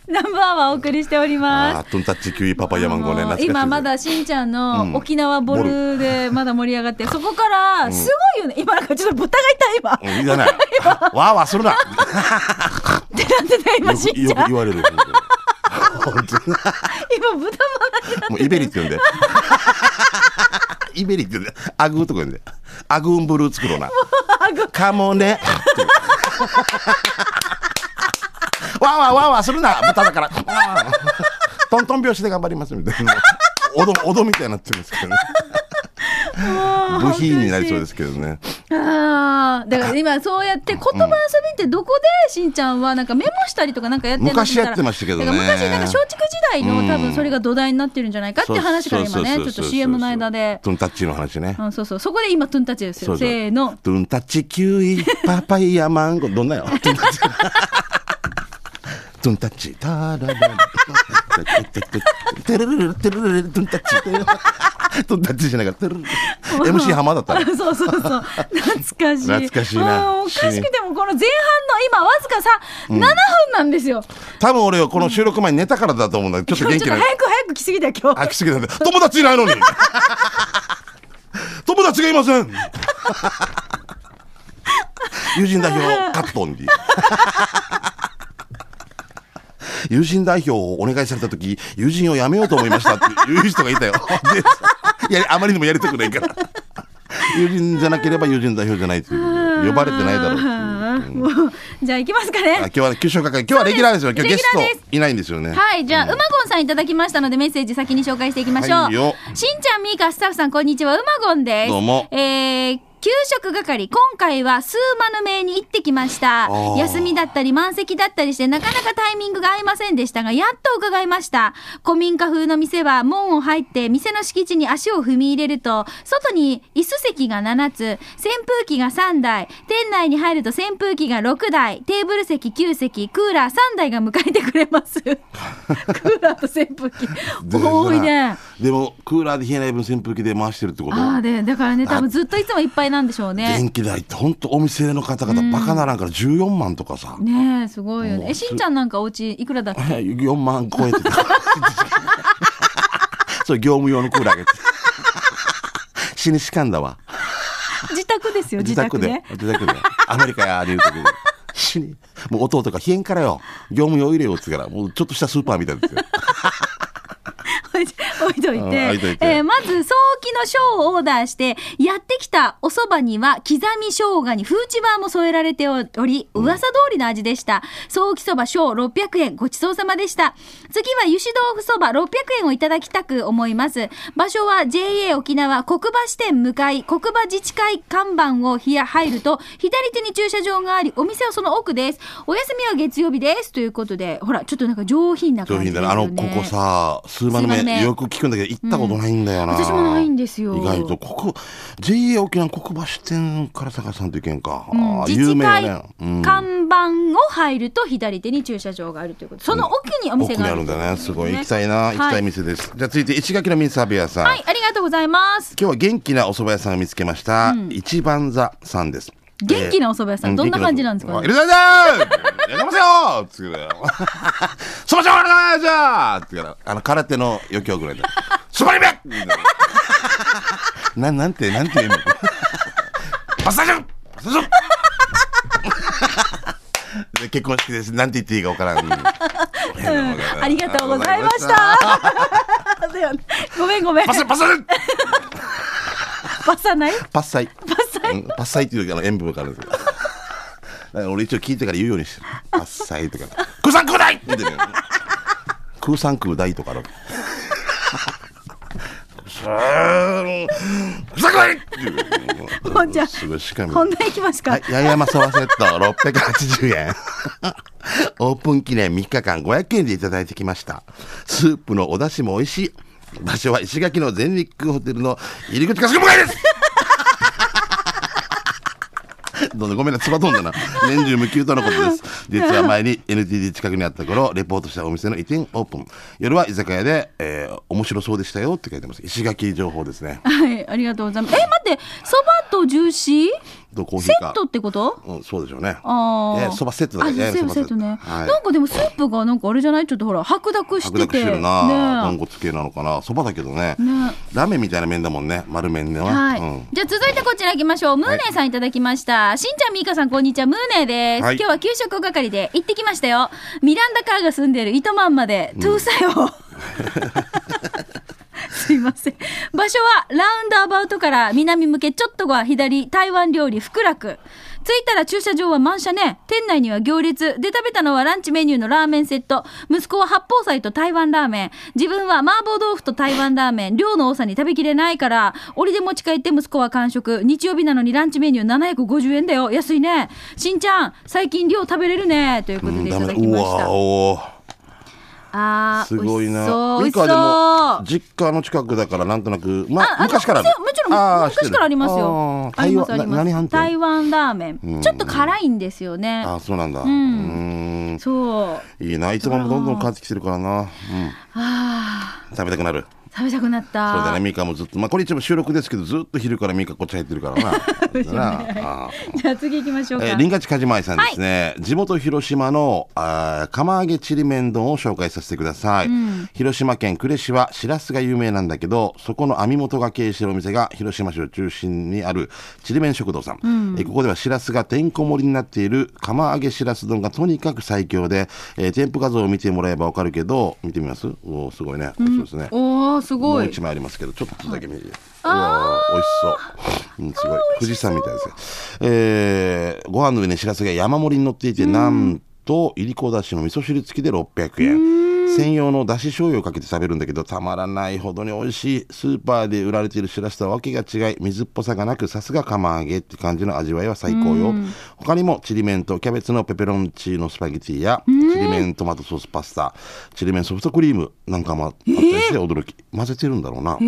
ナンバーはお送りしております。 トンタッチキウイパパイヤマンゴーね、懐かしいです。 今まだしんちゃんの沖縄ボルでまだ盛り上がって、そこからすごいよね。今なんかちょっと豚がいた今。いいじゃない。 わーわーするな。ってなってた今しんちゃん。 よく言われる。 今豚まだもうイベリって言うんで。イベリって言うんで。アグーとか言うんで。アグーンブルー作ろうな。かもね。わーわーわーわーするな豚だから。トントン拍子で頑張りますみたいな。おどみたいになってるんですけどね。部品になりそうですけどね。 だから今そうやって言葉遊びってどこでしんちゃんはなんかメモしたりとかなんかやってるの？ 昔やってましたけどね。 昔なんか松竹時代の多分それが土台になってるんじゃないかって話から今ねちょっと CM の間でトゥンタッチの話ね。 そうそう、そこで今トゥンタッチですよ。せーの。 トゥンタッチキウイパパイヤマンゴーどんなよ。トゥンタッチトゥンタッチタラララテレレレテレレレトゥンタッチトゥンタッチしながらテレレ MC 浜だったね。 そうそうそう懐かしい懐かしいな。 おかしくてもこの前半の今わずかさ、7分なんですよ。 多分俺はこの収録前に寝たからだと思うんだけど、ちょっと元気な早く来すぎだよ今日。 来すぎたんだ。友達いないのに友達がいません。友人代表カットンディ友人代表をお願いされた時、友人を辞めようと思いましたっていう人がいたよ。であまりにもやりたくないから友人じゃなければ友人代表じゃないという呼ばれてないだろう。 もうじゃあ行きますかね。 今日は給食係、今日はレギュラーですよ。今日ゲストいないんですよね。 はい、じゃあ、うまごんさんいただきましたのでメッセージ先に紹介していきましょう。はいよ。しんちゃん、みーか、スタッフさんこんにちは、うまごんです。 どうも。 給食係、今回はスーマヌ名に行ってきました。休みだったり満席だったりしてなかなかタイミングが合いませんでしたが、やっと伺いました。古民家風の店は門を入って店の敷地に足を踏み入れると、外に椅子席が7つ、扇風機が3台、店内に入ると扇風機が6台、テーブル席9席、クーラー3台が迎えてくれます。クーラーと扇風機多いね。 でもクーラーで冷えない分扇風機で回してるってこと？ だからね、多分ずっといつもいっぱいなんでしょうね。 電気代って本当お店の方々バカならんから14万とかさ。 ねえすごいよね。しんちゃんなんかお家いくらだっけ ？4万超えてた。それ業務用のクーラーあげて。死にしかんだわ。 自宅ですよ自宅で。 アメリカやで言うとき死にもう弟が冷えんからよ。業務用入れようって言うからもうちょっとしたスーパーみたいですよ。 置いといて、まず早期の小をオーダーしてやってきたお蕎麦には刻み生姜にフーチバーも添えられており、噂通りの味でした。早期蕎麦小600円ごちそうさまでした。次は油脂豆腐蕎麦600円をいただきたく思います。場所は JA 沖縄国場支店向かい、国場自治会看板を入ると左手に駐車場があり、お店はその奥です。お休みは月曜日ですということで、ほらちょっとなんか上品な感じですよね。 上品だね。ここさスーマの目よく聞くんだけど行ったことないんだよな。 私もないんですよ。 意外とここ JA 沖縄国場支店から探さんといけんか。 自治会看板を入ると左手に駐車場があるということ。その奥にお店がある、 奥にあるんだね。すごい行きたいな、行きたい店です。じゃあ続いて石垣のミンサーベ屋さん。 はい、ありがとうございます。 今日は元気なお蕎麦屋さんを見つけました。一番座さんです。 元気なお蕎麦屋さん、どんな感じなんですか？ いらっしゃいやりますよつってそばちゃんあれだじゃあってから空手の余興ぐらいだ。そばにめなんて言うのパスタじゃん結婚式ですなんて言っていいか分からん。 ありがとうございました。ごめんパスタないパッサイっていう塩分があるんですよ。だから俺一応聞いてから言うようにしてる。パッサイとか空産空大空産空大とかある。 じゃあ本題いきますか。 はい、八重山そばセット680円。オープン記念3日間500円でいただいてきました。スープのお出汁も美味しい。場所は石垣の全日空ホテルの入り口かすぐ向かいです。 どんどんごめんな、つば飛んだな。年中無休とのことです。実は前に NTT 近くにあった頃、レポートしたお店の移転オープン。夜は居酒屋で、面白そうでしたよって書いてます。石垣情報ですね。 はい、ありがとうございます。待って、そばとジューシーコーヒーかセットってこと？ うん、そうでしょうね。 そばセットだから。セットね、 はい。 なんかでもスープがなんかあれじゃない？ちょっとほら白濁してて。 白濁してるな。 ね、 豚骨系なのかな。そばだけどね。ラーメンみたいな麺だもんね。丸麺ね。 はい。じゃあ続いてこちら行きましょう。ムーネーさんいただきました。しんちゃんみーかさんこんにちは。ムーネーです。今日は給食係で行ってきましたよ。ミランダカーが住んでる糸満までトゥーサよ。すいません。場所はラウンドアバウトから南向けちょっとは左、台湾料理福楽。着いたら駐車場は満車ね。店内には行列で、食べたのはランチメニューのラーメンセット。息子は八宝菜と台湾ラーメン。自分は麻婆豆腐と台湾ラーメン。量の多さに食べきれないから折りで持ち帰って息子は完食。日曜日なのにランチメニュー750円だよ。安いね。しんちゃん最近量食べれるねということでいただきました。 すごいな。 美味しそう。 でも実家の近くだからなんとなく、昔からある。 もちろん昔からありますよ。ありますあります。台湾ラーメン、ちょっと辛いんですよね。 そうなんだ。 そういいな。いつもどんどん変わってきてるからな。食べたくなる。 食べたくなった。 そうだね。ミカもずっと、これ一応収録ですけど、ずっと昼からミカこっち入ってるからな。 じゃあ次行きましょうか。 リンガチカジマイさんですね。地元広島の釜揚げちりめん丼を紹介させてください。広島県呉市はしらすが有名なんだけど、そこの網元が経営しているお店が広島市を中心にあるちりめん食堂さん。ここではしらすがてんこ盛りになっている釜揚げしらす丼がとにかく最強で、添付画像を見てもらえばわかるけど、見てみます？すごいね。そうですね。すごい。もう一枚ありますけど、ちょっとだけ見て。美味しそう。すごい。富士山みたいですよ。ご飯の上にしらすが山盛りに乗っていて、なんといりこだしの味噌汁付きで600円。専用のだし醤油をかけて食べるんだけど、たまらないほどに美味しい。スーパーで売られているしらすとはわけが違い、水っぽさがなく、さすが釜揚げって感じの味わいは最高よ。他にもちりめんとキャベツのペペロンチーノスパゲティやちりめんトマトソースパスタ、ちりめんソフトクリームなんかもあったりして驚き。混ぜてるんだろうな。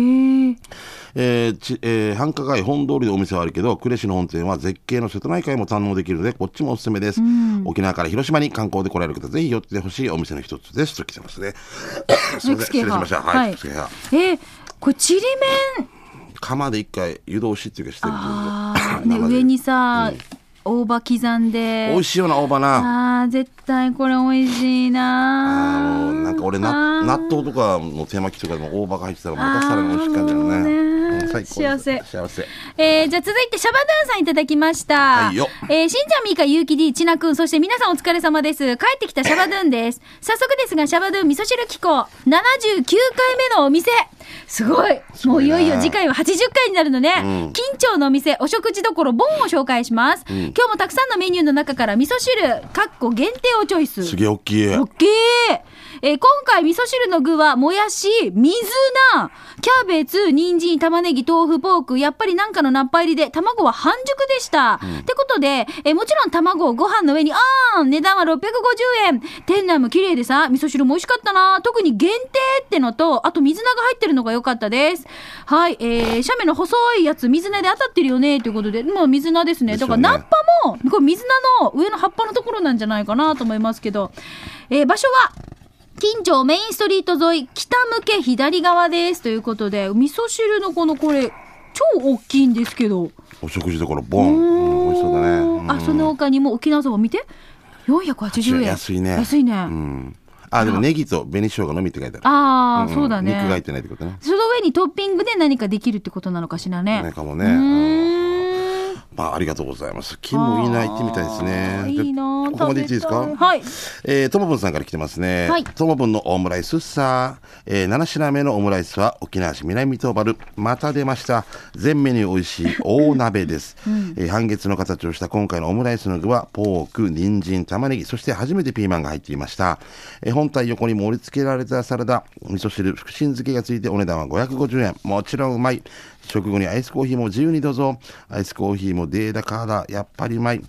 繁華街本通りでお店はあるけど、呉市の本店は絶景の瀬戸内海も堪能できるので、こっちもおすすめです。沖縄から広島に観光で来られる方、ぜひ寄ってほしいお店の一つですと来てますね。すみません、失礼しました。はい。 これちりめん釜で一回湯通しっていうかしてるね、上にさ、大葉刻んで美味しいよな、大葉な。 絶対これ美味しいな。 なんか俺納豆とかの手巻きとかでも大葉が入ってたらまたさらに美味しく感じるね。 幸せ。じゃあ続いてシャバドゥンさんいただきました。しんちゃんみーかゆうき D ちなくん、そして皆さんお疲れ様です。帰ってきたシャバドゥンです。早速ですがシャバドゥン味噌汁機構79回目のお店、すごい。もういよいよ次回は80回になるのね。緊張のお店、お食事どころボンを紹介します。今日もたくさんのメニューの中から味噌汁限定をチョイス。 すげえ大きい。 今回味噌汁の具はもやし、水菜、キャベツ、人参、玉ねぎ、豆腐、ポーク、やっぱりなんかのナッパ入りで、卵は半熟でした。ってことで、もちろん卵をご飯の上に値段は650円。店内も綺麗でさ、味噌汁も美味しかったな。特に限定ってのと、あと水菜が入ってるのが良かったです。はい、斜面の細いやつ水菜で当たってるよねということで、もう水菜ですね。だからナッパもこれ水菜の上の葉っぱのところなんじゃないかなと思いますけど、場所は近所メインストリート沿い北向け左側ですということで、味噌汁のこれ超大きいんですけど、 お食事どころボン、美味しそうだね。 その他にも沖縄そば見て480円。 安いね。 安いね。 でもネギと紅生姜のみって書いてある。 そうだね。 肉が入ってないってことね。 その上にトッピングで何かできるってことなのかしらね。 ねかもね。ありがとうございます。金もいいな、行ってみたいですね。 いいな。 ここまでいっていいですか？ はい。 ともぶんさんから来てますね。ともぶんのオムライスさ、7品目のオムライスは沖縄市南東原、また出ました。全メニュー美味しい大鍋です。半月の形をした今回のオムライスの具はポーク、人参、玉ねぎ、そして初めてピーマンが入っていました。本体横に盛り付けられたサラダ、味噌汁、福神漬けがついてお値段は550円。もちろんうまい。食後にアイスコーヒーも自由にどうぞ。アイスコーヒーもデーダカーダ、やっぱりうまい。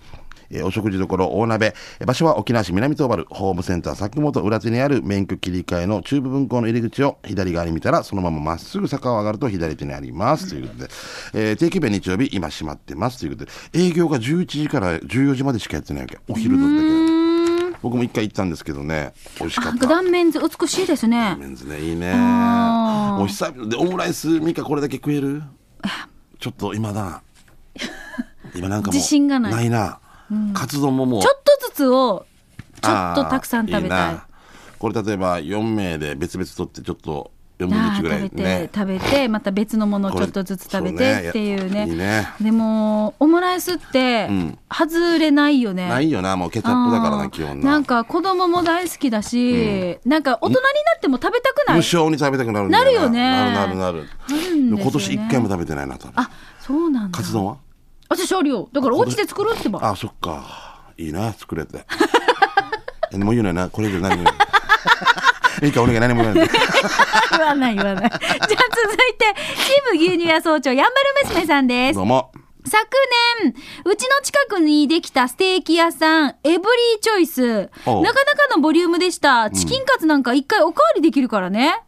お食事処大鍋、場所は沖縄市南東原ホームセンター佐本裏手にある免許切り替えの中部分校の入り口を左側に見たらそのまままっすぐ坂を上がると左手にありますということで、定期便日曜日今閉まってますということで、営業が11時から14時までしかやってないわけ。お昼だけ。僕も一回行ったんですけどね、美味しかった。 断面図美しいですね。 断面図ね、いいね。お久々でオムライスミカこれだけ食える？ちょっと今なんかもう自信がないな、カツ丼ももうちょっとずつをちょっとたくさん食べたい。 これ例えば4名で別々取ってちょっと4分の1ぐらいね食べてまた別のものをちょっとずつ食べてっていうね。 いいね。 でもオムライスって外れないよね。 ないよな、もうケチャップだからな基本な。 なんか子供も大好きだし、なんか大人になっても食べたくない。 無性に食べたくなるんだよな。 なるよね。 なる。 あるんですよね。 今年1回も食べてないな多分。 あ、そうなんだ。 カツ丼は？ 私あるよ。だからお家で作ろうってば。 あ、そっか。いいな作れて。もう言うのよな、これ以上何もいいか、お願い、何も言わない言わないじゃあ続いてチーム牛乳屋総長やんばる娘さんです。 どうも。 昨年うちの近くにできたステーキ屋さんエブリーチョイス、なかなかのボリュームでした。チキンカツなんか一回おかわりできるからね。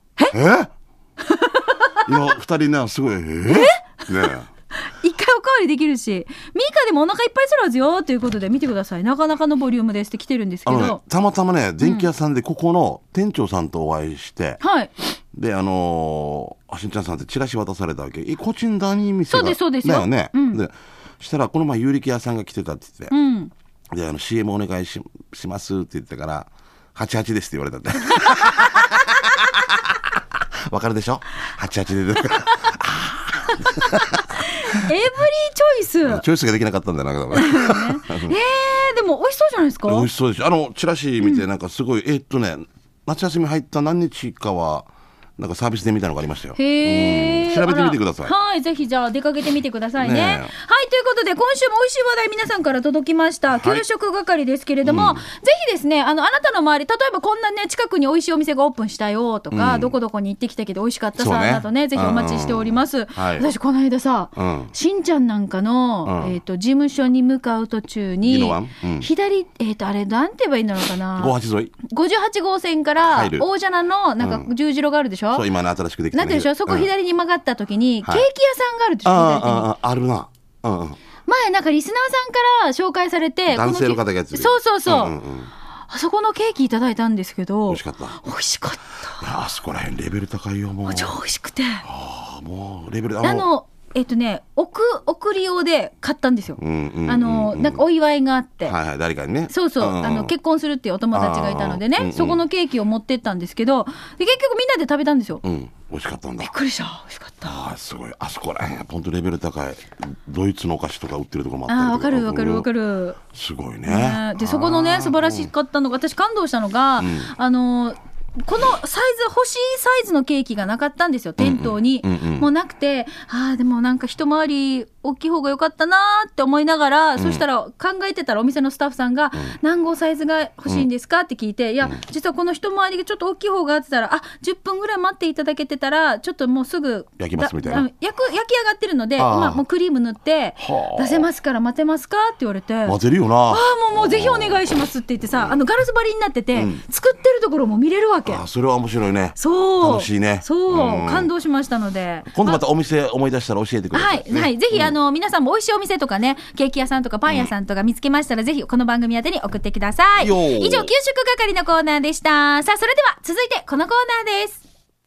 今2人ねすごいね一回おかわりできるし、ミカでもお腹いっぱいするはずよということで見てください。なかなかのボリュームですって来てるんですけど、 たまたまね電気屋さんでここの店長さんとお会いして、 はい。 でしんちゃんさんってチラシ渡されたわけ。こっちに何店がそうですよだよね、でしたらこの前有力屋さんが来てたって言って、でCM お願い しますって言ってから88ですって言われたってわかるでしょ、88でエブリーチョイスチョイスができなかったんだよな、ねでも美味しそうじゃないですか。 美味しそうです。チラシ見てなんかすごい、夏休み入った何日かはなんかサービスで見たのがありましたよ。 へー、 調べてみてください。 はい、ぜひじゃあ出かけてみてくださいね。 ねはい、ということで今週も美味しい話題皆さんから届きました、給食係ですけれども、ぜひですねあなたの周り、例えばこんなね近くに美味しいお店がオープンしたよとか、どこどこに行ってきたけど美味しかったさなどね、ぜひお待ちしております。私この間さ、しんちゃんなんかの、事務所に向かう途中に、左あれなんて言えばいいんだろうかな、 58沿い 58号線から大蛇名のなんか十字路があるでしょ、 そう今の新しくできたなんてでしょ、そこ左に曲がった時に、ケーキ屋さんがあるでしょ、左手に。 あるな。 前なんかリスナーさんから紹介されて、 男性の方がやつ。 そう、あそこのケーキいただいたんですけど、 美味しかった。 美味しかった。 いやあそこら辺レベル高いよ、もう超美味しくて、 もうレベル送り用で買ったんですよ。なんかお祝いがあって、 誰かにね、 そう、結婚するっていうお友達がいたのでね、そこのケーキを持ってったんですけど、で結局みんなで食べたんですよ。 美味しかったんだ。 びっくりした、美味しかった。 すごい、あそこら辺本当レベル高い。ドイツのお菓子とか売ってるところもあったりとか。 わかる。 すごいね。 でそこのね素晴らしかったのが、私感動したのが、このサイズ欲しいサイズのケーキがなかったんですよ、店頭に。もうなくて、でもなんか一回り大きい方が良かったなって思いながら、そしたら考えてたらお店のスタッフさんが、何号サイズが欲しいんですかって聞いて、いや実はこの一回りがちょっと大きい方があってたら、10分ぐらい待っていただけてたらちょっともうすぐ焼きますみたいな、 焼き上がってるので今もうクリーム塗って出せますから待てますかって言われて、 待てるよな。 もうぜひお願いしますって言ってさ、ガラス張りになってて、作ってるところも見れるわけ。 それは面白いね。 そう楽しいね。 そう、感動しましたので、 今度またお店思い出したら教えてください。 はい、ぜひ皆さんも美味しいお店とかね、ケーキ屋さんとかパン屋さんとか見つけましたら、ぜひこの番組宛てに送ってください。以上給食係のコーナーでした。さあそれでは続いてこのコーナーです。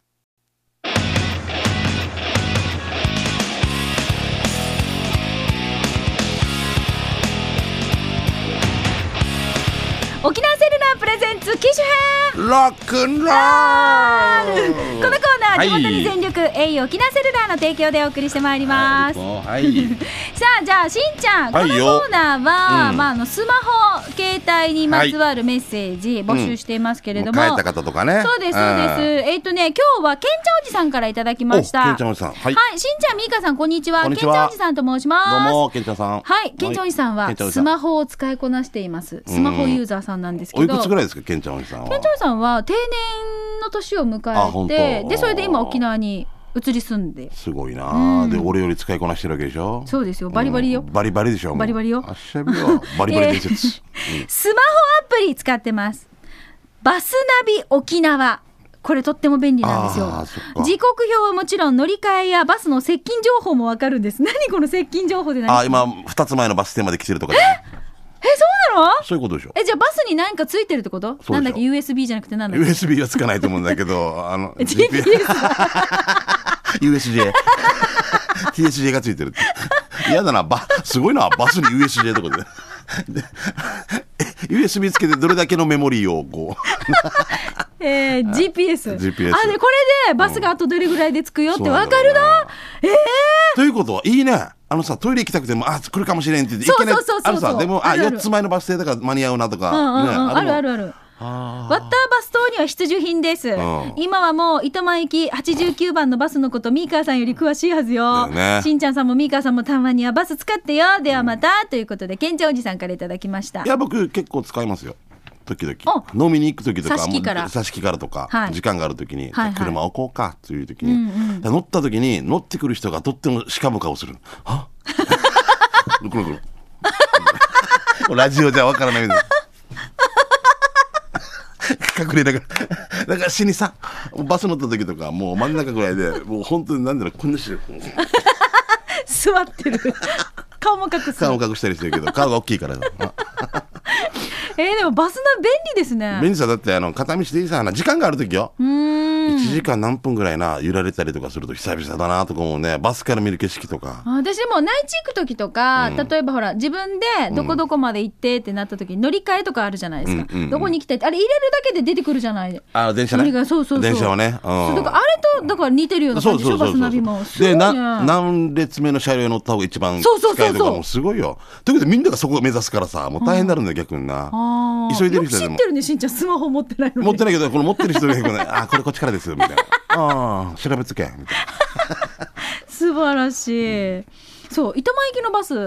沖縄セルラープレゼンツ機種編ロックンロール。 このコーナー、地元に全力、沖縄セルラーの提供でお送りしてまいります。さあじゃあしんちゃん、このコーナーは、スマホ携帯にまつわるメッセージ募集していますけれども、 帰った方とかね。 そうです。今日はけんちゃんおじさんからいただきました。 けんちゃんおじさん、はい、 しんちゃんみーかさんこんにちは。けんちゃんおじさんと申します。 どうもけんちゃんさん。 はい、けんちゃんおじさんはスマホを使いこなしています。スマホユーザーさんなんですけど、 おいくつぐらいですか、けんちゃんおじさんは。 けんちゃんおじさんは定年の年を迎えて、でそれで今沖縄に移り住んで。 すごいな、で俺より使いこなしてるわけでしょ。 そうですよ、バリバリよ、 バリバリでしょ。 バリバリよ。 あっしゃびよバリバリ伝説、 スマホアプリ使ってます。バスナビ沖縄、これとっても便利なんですよ。時刻表はもちろん乗り換えやバスの接近情報もわかるんです。何この接近情報で何？ 今2つ前のバス停まで来てるとか、ね、 そうなの？ そういうことでしょ。 じゃあバスに何かついてるってこと？なんだっけ、 USB じゃなくてなんだっけ？ USB はつかないと思うんだけど GPS USJ TSJ がついてるって。嫌だな、すごいな、バスに USJ とかでUSB つけてどれだけのメモリーをこう GPS で、これでバスがあとどれぐらいで着くよってわかるな。 ということはいいね。さ、トイレ行きたくても来るかもしれんって言って、 そうそうでも4つ前のバス停だから間に合うなとか、 あるあるある。ワッターバス等には必需品です。今はもう糸満行き89番のバスのことミーカーさんより詳しいはずよ。しんちゃんさんもミーカーさんもたまにはバス使ってよ。ではまた、ということでケンちゃんおじさんからいただきました。 いや僕結構使いますよ。時々飲みに行く時とか、挿し木からとか、時間がある時に、車置こうかという時に、乗った時に乗ってくる人がとってもしかむ顔する。はくるくるラジオじゃわからないみたいな隠れながらだから死にさ、バス乗った時とかもう真ん中ぐらいでもう本当になんだろう、こんなしてる座ってる顔も隠したりしてるけど顔が大きいからでもバスナ便利ですね。 便利さだって片道でいいさ、時間がある時よ。1時間何分ぐらい揺られたりとかすると久々だなとかもね、バスから見る景色とか。 私も内地行く時とか、例えばほら自分でどこどこまで行ってってなった時に乗り換えとかあるじゃないですか、どこに行きたいってあれ入れるだけで出てくるじゃない。 電車ね。 そう電車はね、 だからあれとだから似てるような感じでしょ、バスナビも。 で何列目の車両に乗った方が一番近いとかもすごいよ。ということでみんながそこを目指すからさ、もう大変になるんだよ逆にな。急いでる人でも。よく知ってるね、しんちゃんスマホ持ってないのに。持ってないけどこの持ってる人がこれこっちからですみたいな調べつけみたいな素晴らしい。そう、糸満行きのバス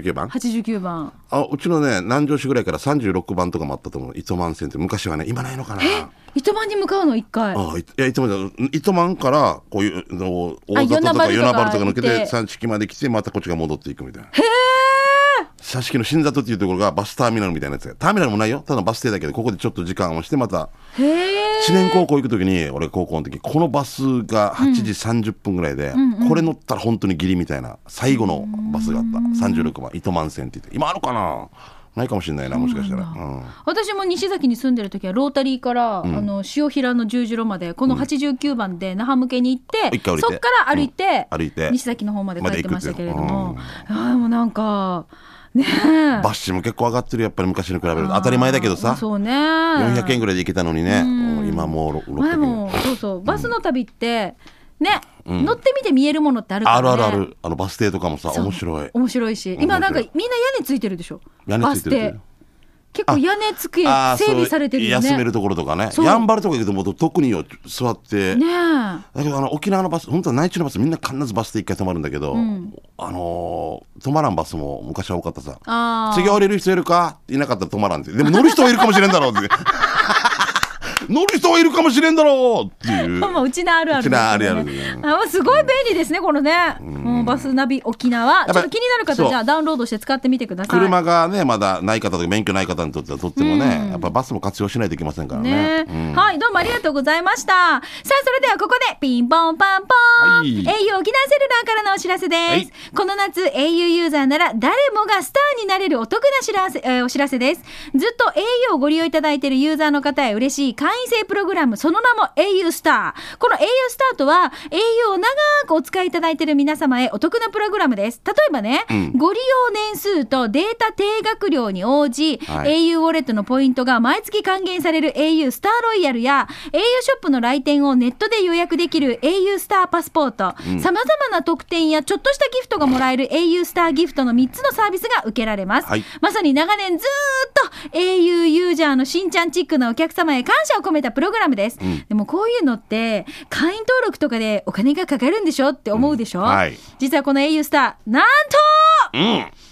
89番うちのね南城市ぐらいから36番とかもあったと思う。糸満線って昔はね、今ないのかな。 糸満に向かうの1回。 いや糸満からこういう大里とか与那原とか抜けて三式まで来てまたこっちが戻っていくみたいな。佐敷の新里っていうところがバスターミナルみたいなやつ。ターミナルもないよ、ただバス停だけどここでちょっと時間をしてまた。知念高校行く時に俺高校の時このバスが8時30分ぐらいで、これ乗ったら本当にギリみたいな最後のバスがあった。36番糸満線って言って、今あるかな、ないかもしれないな、もしかしたら。 私も西崎に住んでる時はロータリーから、塩平の十字路までこの89番で那覇向けに行って、そっから歩いて、西崎の方まで帰ってましたけれども、もうなんかね、 バッシュも結構上がってる、やっぱり昔に比べると当たり前だけどさ。そうね、400円ぐらいで行けたのにね、今もう600円。前もそうバスの旅ってね、乗ってみて見えるものってあるからね。 あるバス停とかもさ、面白いし、今なんかみんな屋根ついてるでしょ。 屋根ついてる。 結構屋根付け整備されてるよね。 休めるところとかね。やんばるとか行くともう特によ座ってね。だけど沖縄のバス、本当は内地のバスみんな必ずバス停一回止まるんだけど、止まらんバスも昔は多かったさ。次降りる人いるか、いなかったら止まらんって。でも乗る人はいるかもしれんだろうって乗る人はいるかもしれんだろうっていう。うちのあるある、 すごい便利ですねこのね、バスナビ沖縄。ちょっと気になる方じゃあダウンロードして使ってみてください。 車がねまだない方とか免許ない方にとってはとってもね、やっぱバスも活用しないといけませんからね。 はい、どうもありがとうございました。さあそれではここでピンポンパンポン、au 沖縄セルラーからのお知らせです。この夏 au ユーザーなら誰もがスターになれるお得なお知らせです。ずっと au をご利用いただいているユーザーの方へ嬉しい会員制プログラム、その名も au スター。この au スターとは au を長くお使いいただいている皆様へお得なプログラムです。例えばね、ご利用年数とデータ定額料に応じ、au ウォレットのポイントが毎月還元される au スターロイヤルや au ショップの来店をネットで予約できる au スターパスポート、様々な特典やちょっとしたギフトがもらえる au スターギフトの3つのサービスが受けられます。まさに長年ずーっと au ユーザーのしんちゃんチックなお客様へ感謝を込めたプログラムです。でもこういうのって会員登録とかでお金がかかるんでしょって思うでしょ。実はこの au スターなんと、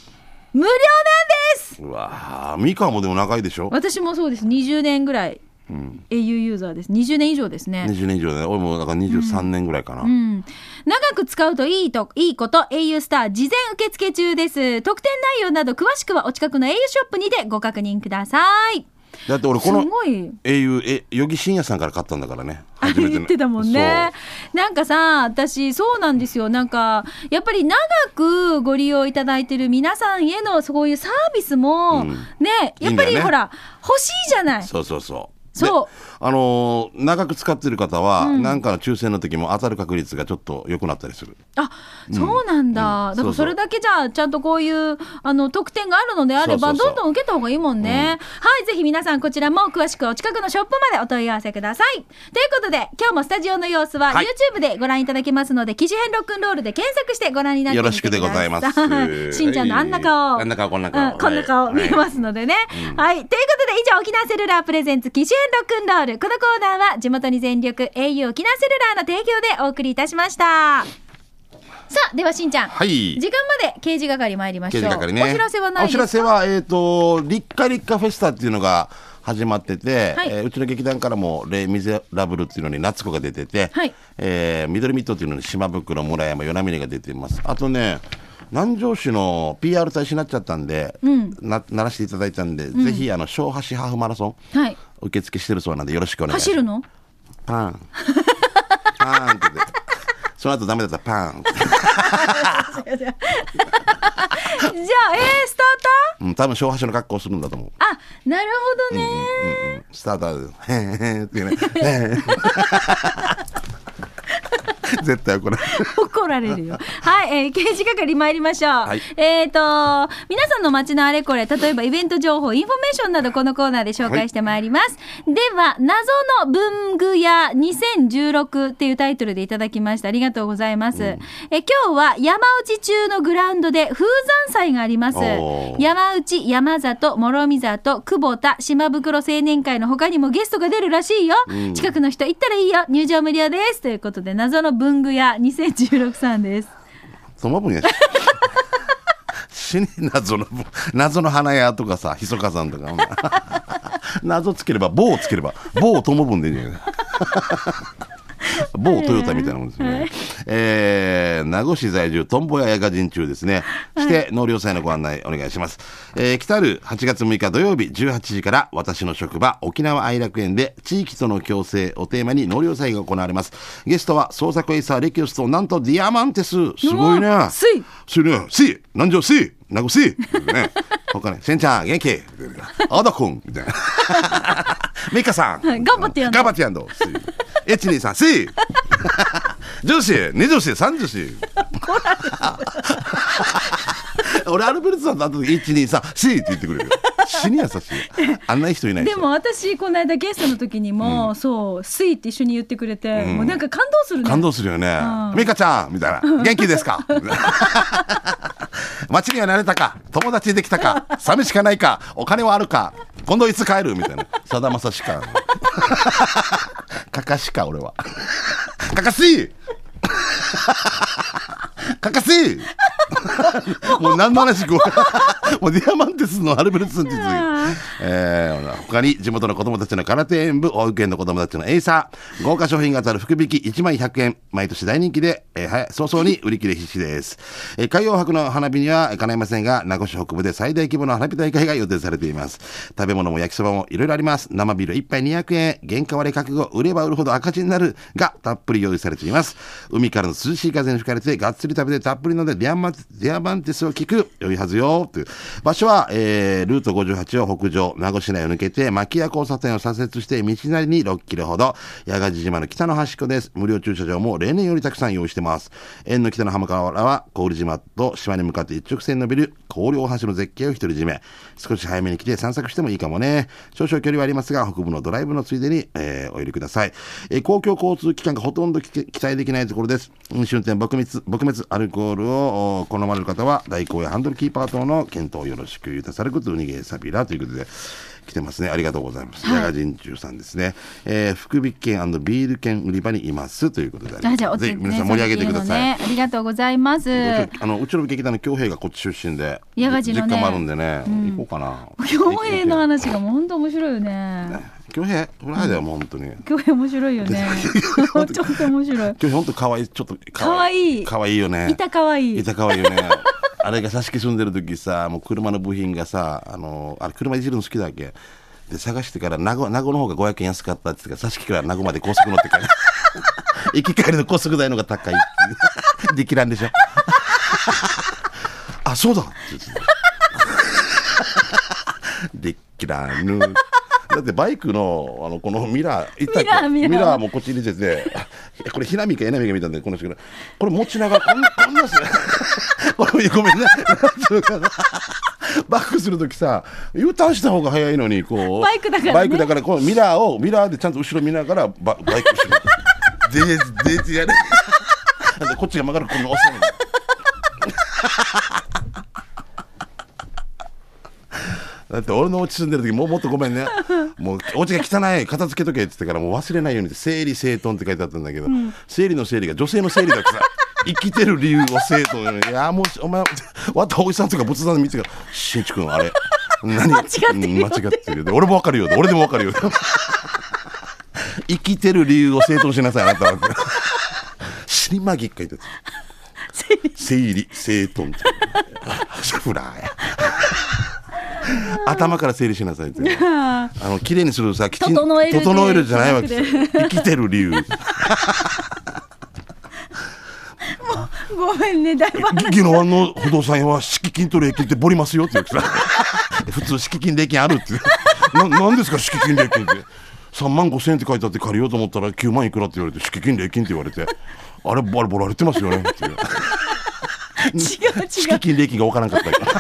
無料なんです。 うわー、ミカもでも長いでしょ。 私もそうです。20年ぐらい au ユーザーです。20年以上ですね。 20年以上で、俺もだから23年ぐらいかな。 長く使うといいこと au スター事前受付中です。特典内容など詳しくはお近くの au ショップにてご確認ください。 だって俺このすごい au 余木信也さんから買ったんだからね。 言ってたもんね。なんかさ、私そうなんですよ。なんかやっぱり長くご利用いただいてる皆さんへのそういうサービスも、ね、やっぱりほら欲しいじゃない。 そうそう長く使ってる方は、なんかの抽選の時も当たる確率がちょっと良くなったりする。 そうなんだ。だからそれだけじゃあちゃんとこういう特典があるのであればどんどん受けた方がいいもんね。はい、ぜひ皆さんこちらも詳しくお近くのショップまでお問い合わせください。ということで今日もスタジオの様子は YouTube でご覧いただけますので、機種編ロックンロールで検索してご覧になってみてください。 よろしくでございます。 しんちゃんのあんな顔、 こんな顔、 こんな顔見えますのでね。はい、ということで以上沖縄セルラープレゼンツ機種編ロックンロール、このコーナーは地元に全力 au 沖縄セルラーの提供でお送りいたしました。さあ、ではしんちゃん、時間まで刑事係参りましょう。 刑事係ね。 お知らせはないですか？ お知らせは立夏フェスタっていうのが始まってて、うちの劇団からもレイ・ミゼラブルっていうのに夏子が出てて、緑ミットっていうのに島袋、村山、与那嶺が出ています。あとね、南城市の PR 大使になっちゃったんで、ならせていただいたんで、ぜひ小橋ハーフマラソン、受付してるそうなんでよろしくお願いします。 走るの？ パンパーンってその後ダメだったらパーンじゃあスターター？ 多分小橋の格好するんだと思う。 なるほどね。 スターターでへーっていうね絶対怒られるよ。はい、刑事係参りましょう。皆さんの街のあれこれ、例えばイベント情報、インフォメーションなどこのコーナーで紹介してまいります。では、謎の文具屋2016っていうタイトルでいただきました。ありがとうございます。今日は山内中のグラウンドで風山祭があります。山内、山里、諸見里、久保田、島袋青年会の他にもゲストが出るらしいよ。近くの人行ったらいいよ。入場無料です。ということで、謎の文具屋2016さんです。 その分や死に謎の花屋とかさ、ひそかさんとか謎つければ棒つければ棒ともぶんでいいんじゃない某トヨタみたいなもんですね。名護市在住トンボやヤガ人中ですね。して納涼祭のご案内お願いします。来たる8月6日土曜日18時から私の職場沖縄愛楽園で地域との共生をテーマに納涼祭が行われます。ゲストは創作エイサーレキオスとなんとディアマンテス。すごいね。 すいね。南城名護ね。他ね、せんちゃん元気あだくんみたいなミカさん、 頑張ってやんの123女子2女子3女子俺アルベルトさんと会った時123って言ってくれるよ。死に優しい。あんない人いないし。 でも私この間ゲストの時にも、そうスイって一緒に言ってくれて、もうなんか感動するね。 感動するよね。ミカちゃんみたいな、元気ですか街には慣れたか、友達できたか、寂しかないか、お金はあるか、今度いつ帰るみたいな。さだまさしかかかしか俺はかかしかかしもう何の話もうディアマンテスのアルベルトさんって他に地元の子供たちの空手演舞、保育園の子供たちのエイサー、豪華商品が当たる福引き1万100円、毎年大人気で、早々に売り切れ必至です。海洋博の花火には叶いませんが、名護市北部で最大規模の花火大会が予定されています。食べ物も焼きそばもいろいろあります。生ビール1杯200円、原価割れ覚悟、売れば売るほど赤字になるがたっぷり用意されています。海からの涼しい風に吹かれてがっつり食べてたっぷりのでディアマンテスを聞く良いはずよという場所は、ルート58を北上名護市内を抜けて牧屋交差点を左折して道なりに6キロほど、八ヶ地島の北の端っこです。無料駐車場も例年よりたくさん用意してます。縁の北の浜からは小売島と島に向かって一直線のビル広陵大橋の絶景を独り占め。少し早めに来て散策してもいいかもね。少々距離はありますが北部のドライブのついでに、お入りください。公共交通機関がほとんど期待できないところです。飲酒運転撲滅アルコールを好まれる方は代行やハンドルキーパー等の検討よろしくゆたさることうにげさびらということで来てますね。ありがとうございます。八ヶ人中さんですね。福引券&ビール券売り場にいますということで、ぜひ皆さん盛り上げてください。 ありがとうございます。 うちの劇団の京平がこっち出身で八ヶ地のね実家もあるんでね、行こうかな。 京平の話がもう本当面白いよね。 恭平フライだよ、もう本当に。 恭平面白いよね。ちょっと面白い。 恭平本当可愛い、ちょっと可愛い。 可愛いよね。 いた可愛い。 いた可愛いよね。あれが挿し木住んでる時さ、もう車の部品がさ、あれ車いじるの好きだっけで、探してから名護の方が500円安かったって言ってから挿し木から名護まで高速乗ってから行き帰りの高速代の方が高いってできらんでしょ。あ、そうだって言ってできらぬ。だってバイクのこのミラー、ミラーもこっちに出てて、これひなみかえなみか見たんで、この人これ持ちながらこんなすね。ごめんね。バックするときさ、U ターンした方が早いのに、こうバイクだからこのミラーでちゃんと後ろ見ながらバイク後ろでやる。こっちが曲がるこの押すのに。だって俺のお家住んでる時もっとごめんね、もうお家が汚い片付けとけって言ってからもう忘れないように整理整頓って書いてあったんだけど、整理の整理が女性の整理だからさ、生きてる理由を整頓、いやもうお前わったおじさんとか仏壇で見てからしんちくんあれ何間違ってるで俺もわかるよ、俺でもわかるよ。生きてる理由を整頓しなさいあなたは。死にまぎっかいて整理整頓フラーや。頭から整理しなさいって。綺麗にするさ、きちんと整えるじゃないわけですよ。生きてる理由。 ごめんね、だいぶ宜野湾の不動産屋は敷金と礼金ってボリますよって言ってさ、普通敷金礼金あるって。なんですか敷金礼金って。3万5千円って書いてあって借りようと思ったら9万いくらって言われて、敷金礼金って言われて、あれボラれてますよねって。 違う敷金礼金が分からんかったから。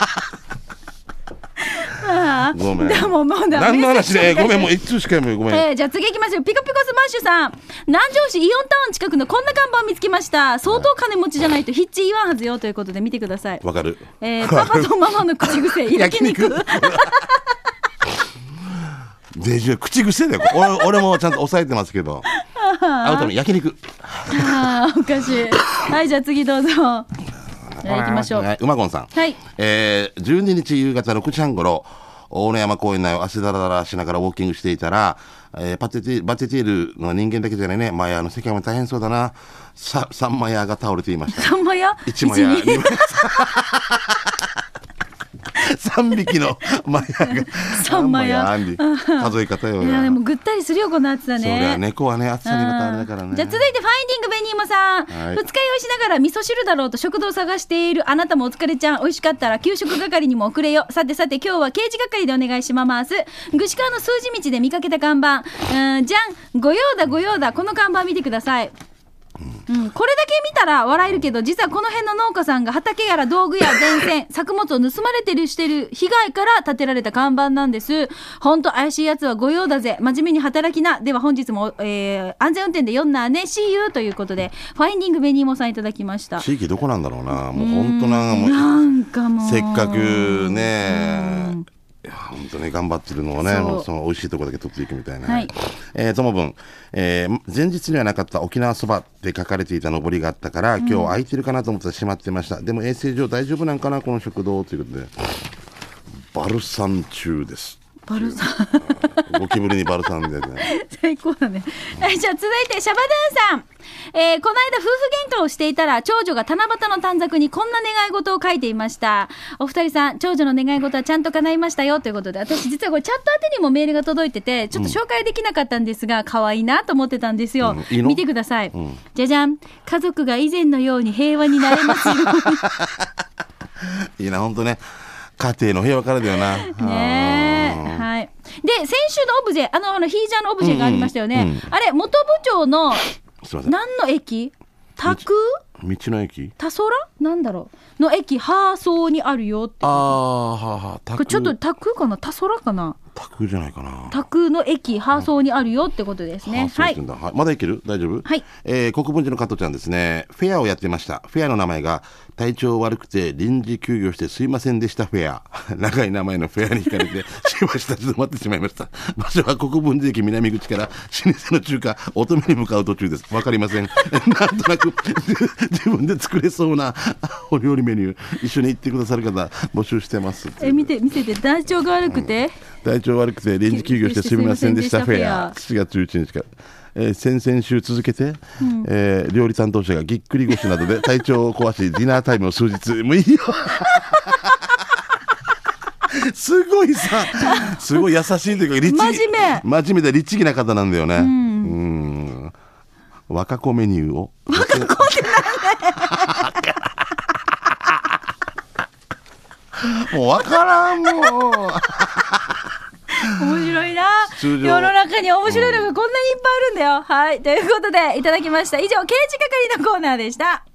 ごめん。何の話で、ごめん、もう一通しか読むよ、ごめん。 じゃあ次行きますよ。ピコピコスマッシュさん、南城市イオンタウン近くのこんな看板見つけました。相当金持ちじゃないとヒッチ言わんはずよということで見てください。 わかる。 パパとママの口癖焼肉。 口癖だよ。俺もちゃんと抑えてますけど。会うため焼肉。 おかしい。はい、じゃあ次どうぞ。行きましょう。 馬ゴンさん。 はい。 12日夕方6時半ごろ、大野山公園内を足だらだらしながらウォーキングしていたら、バテティールの人間だけじゃないね、マヤの世界も大変そうだな、サンマヤが倒れていました。 サンマヤ 1マヤ2マヤ3匹のマヤが 3マヤ数え方よ。 いやでもぐったりするよこの暑さね。 そりゃ猫はね暑さにまたあれだからね。 じゃあ続いてファインディングベニーモさん、はい、二日酔いしながら味噌汁だろうと食堂を探しているあなたもお疲れちゃん、美味しかったら給食係にも送れよ。さて今日は刑事係でお願いします。串川の数字道で見かけた看板、じゃん、御用だ。この看板見てください。これだけ見たら笑えるけど、実はこの辺の農家さんが畑やら道具や電線作物を盗まれてるしてる被害から建てられた看板なんです。ほんと怪しいやつは御用だぜ、真面目に働きな。では本日も、安全運転で読んなね See you ということでファインディングベニーモさんいただきました。 地域どこなんだろうな。もう本当なんかもうせっかくね、いや本当に頑張ってるのをね、その美味しいところだけ取っていくみたいな、ね。はい。ともぶん、前日にはなかった沖縄そばって書かれていた上りがあったから、今日空いてるかなと思ったら閉まってました。でも衛生上大丈夫なんかなこの食堂ということで、バルサン中です。 バルサンゴキブリにバルサンでね。 最高だね。はい、じゃあ続いてシャバドゥンさん、この間夫婦喧嘩をしていたら長女が七夕の短冊にこんな願い事を書いていました。お二人さん、長女の願い事はちゃんと叶いましたよということで、私実はこれチャット宛てにもメールが届いててちょっと紹介できなかったんですが、可愛いなと思ってたんですよ。いいの？見てください。じゃじゃん、家族が以前のように平和になれますように。 いいな、本当ね。家庭の平和からだよな。 ねえ、はい。で、先週のオブジェ、ヒージャーのオブジェがありましたよね。あれ、元部長の何の駅？道の駅？ 田空？なんだろうの駅、ハーソーにあるよって。 これちょっと田空かな、田空かな。 田空じゃないかな。 田空の駅、ハーソーにあるよってことですね。はい。 まだいける？大丈夫？ はい。 国分寺の加藤ちゃんですね。フェアをやってました。フェアの名前が体調悪くて臨時休業してすいませんでしたフェア。長い名前のフェアに惹かれてしばし立ち止まってしまいました。場所は国分寺駅南口から老舗の中華乙女に向かう途中です。わかりません。なんとなく自分で作れそうなお料理メニュー一緒に行ってくださる方募集してます。 見て体調が悪くて、 体調悪くて臨時休業してすみませんでしたフェア。7月11日から、先々週続けて、料理担当者がぎっくり腰などで体調を壊しディナータイムを数日もういいよすごいさ、すごい優しいというか真面目で律儀な方なんだよね。若子メニューを若子ってなんだもうわからんもう面白いな。世の中に面白いのがこんなにいっぱいあるんだよ。はい、ということでいただきました。以上刑事係のコーナーでした。